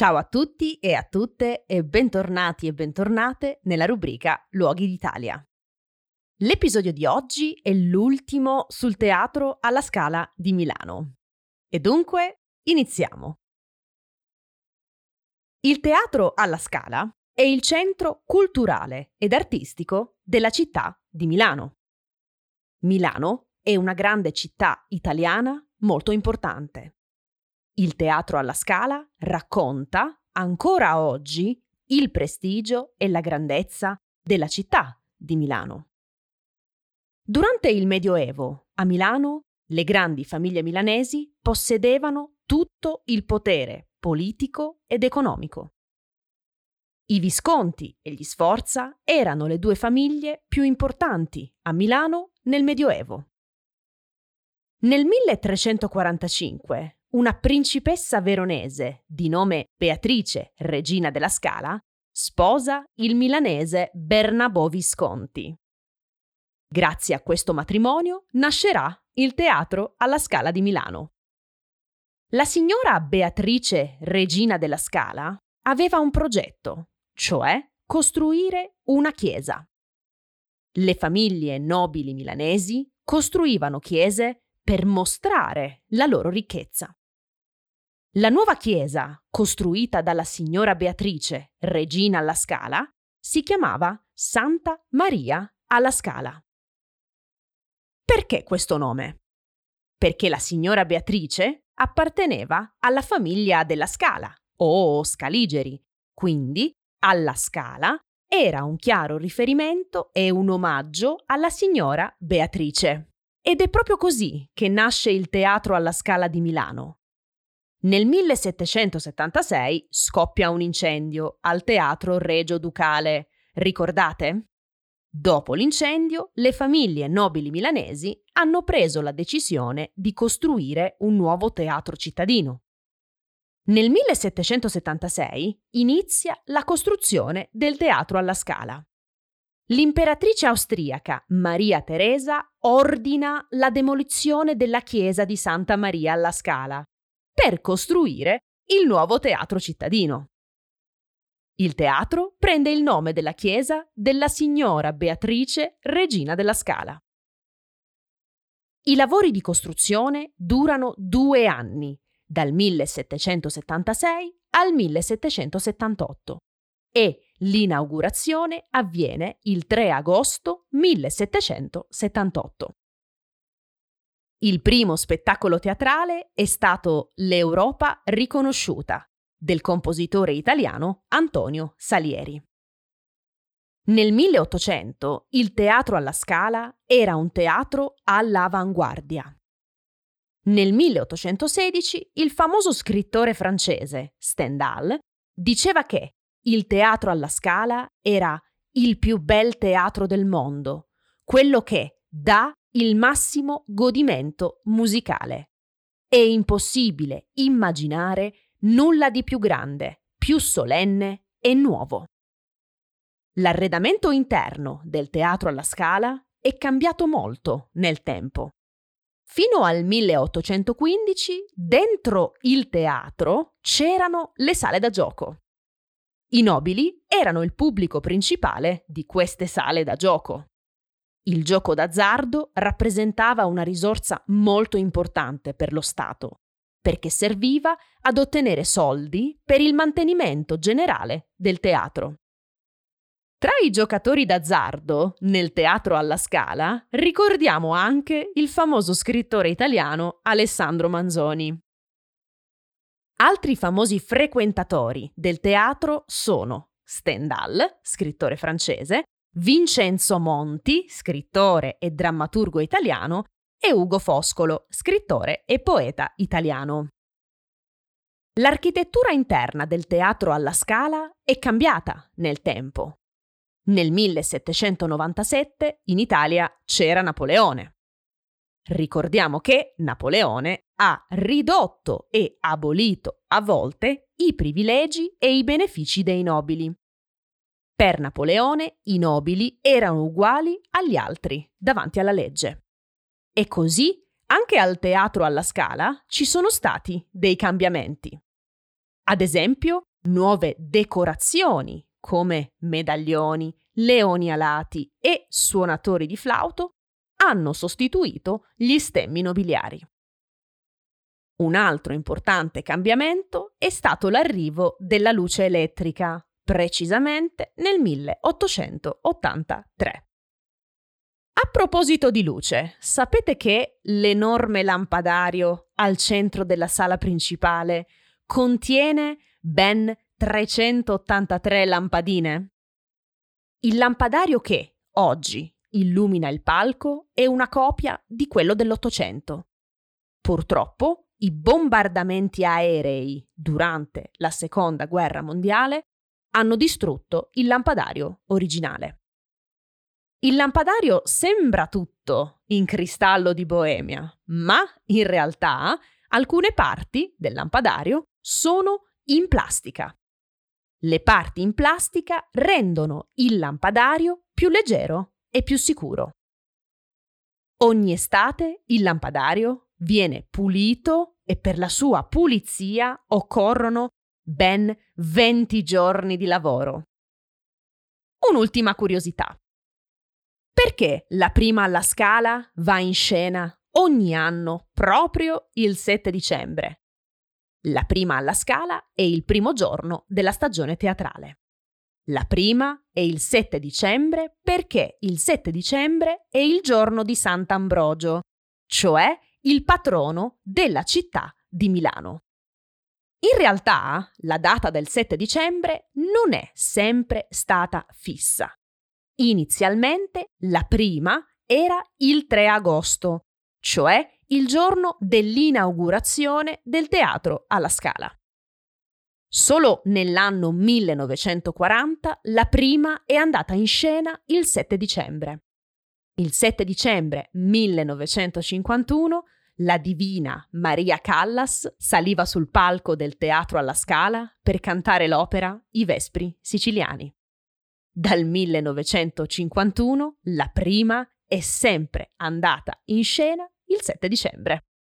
Ciao a tutti e a tutte e bentornati e bentornate nella rubrica Luoghi d'Italia. L'episodio di oggi è l'ultimo sul Teatro alla Scala di Milano. E dunque iniziamo. Il Teatro alla Scala è il centro culturale ed artistico della città di Milano. Milano è una grande città italiana molto importante. Il Teatro alla Scala racconta, ancora oggi, il prestigio e la grandezza della città di Milano. Durante il Medioevo, a Milano, le grandi famiglie milanesi possedevano tutto il potere politico ed economico. I Visconti e gli Sforza erano le due famiglie più importanti a Milano nel Medioevo. Nel 1345, una principessa veronese di nome Beatrice, regina della Scala, sposa il milanese Bernabò Visconti. Grazie a questo matrimonio nascerà il Teatro alla Scala di Milano. La signora Beatrice, regina della Scala, aveva un progetto, cioè costruire una chiesa. Le famiglie nobili milanesi costruivano chiese per mostrare la loro ricchezza. La nuova chiesa, costruita dalla signora Beatrice, regina alla Scala, si chiamava Santa Maria alla Scala. Perché questo nome? Perché la signora Beatrice apparteneva alla famiglia della Scala, o Scaligeri, quindi alla Scala era un chiaro riferimento e un omaggio alla signora Beatrice. Ed è proprio così che nasce il Teatro alla Scala di Milano. Nel 1776 scoppia un incendio al Teatro Regio Ducale. Ricordate? Dopo l'incendio, le famiglie nobili milanesi hanno preso la decisione di costruire un nuovo teatro cittadino. Nel 1776 inizia la costruzione del Teatro alla Scala. L'imperatrice austriaca Maria Teresa ordina la demolizione della chiesa di Santa Maria alla Scala per costruire il nuovo teatro cittadino. Il teatro prende il nome della chiesa della signora Beatrice, regina della Scala. I lavori di costruzione durano 2 anni, dal 1776 al 1778, e l'inaugurazione avviene il 3 agosto 1778. Il primo spettacolo teatrale è stato L'Europa riconosciuta, del compositore italiano Antonio Salieri. Nel 1800 il Teatro alla Scala era un teatro all'avanguardia. Nel 1816 il famoso scrittore francese Stendhal diceva che il Teatro alla Scala era il più bel teatro del mondo, quello che dà il massimo godimento musicale. È impossibile immaginare nulla di più grande, più solenne e nuovo. L'arredamento interno del Teatro alla Scala è cambiato molto nel tempo. Fino al 1815, dentro il teatro c'erano le sale da gioco. I nobili erano il pubblico principale di queste sale da gioco. Il gioco d'azzardo rappresentava una risorsa molto importante per lo Stato, perché serviva ad ottenere soldi per il mantenimento generale del teatro. Tra i giocatori d'azzardo nel Teatro alla Scala ricordiamo anche il famoso scrittore italiano Alessandro Manzoni. Altri famosi frequentatori del teatro sono Stendhal, scrittore francese, Vincenzo Monti, scrittore e drammaturgo italiano, e Ugo Foscolo, scrittore e poeta italiano. L'architettura interna del Teatro alla Scala è cambiata nel tempo. Nel 1797 in Italia c'era Napoleone. Ricordiamo che Napoleone ha ridotto e abolito a volte i privilegi e i benefici dei nobili. Per Napoleone i nobili erano uguali agli altri davanti alla legge. E così anche al Teatro alla Scala ci sono stati dei cambiamenti. Ad esempio, Nuove decorazioni come medaglioni, leoni alati e suonatori di flauto hanno sostituito gli stemmi nobiliari. Un altro importante cambiamento è stato l'arrivo della luce elettrica, precisamente nel 1883. A proposito di luce, sapete che l'enorme lampadario al centro della sala principale contiene ben 383 lampadine? Il lampadario che, oggi, illumina il palco è una copia di quello dell'Ottocento. Purtroppo, i bombardamenti aerei durante la Seconda Guerra Mondiale hanno distrutto il lampadario originale. Il lampadario sembra tutto in cristallo di Boemia, ma in realtà alcune parti del lampadario sono in plastica. Le parti in plastica rendono il lampadario più leggero e più sicuro. Ogni estate il lampadario viene pulito e per la sua pulizia occorrono ben 20 giorni di lavoro. Un'ultima curiosità. Perché la Prima alla Scala va in scena ogni anno proprio il 7 dicembre? La Prima alla Scala è il primo giorno della stagione teatrale. La prima è il 7 dicembre perché il 7 dicembre è il giorno di Sant'Ambrogio, cioè il patrono della città di Milano. In realtà, la data del 7 dicembre non è sempre stata fissa. Inizialmente, la prima era il 3 agosto, cioè il giorno dell'inaugurazione del Teatro alla Scala. Solo nell'anno 1940 la prima è andata in scena il 7 dicembre. Il 7 dicembre 1951 la divina Maria Callas saliva sul palco del Teatro alla Scala per cantare l'opera I Vespri siciliani. Dal 1951 la prima è sempre andata in scena il 7 dicembre.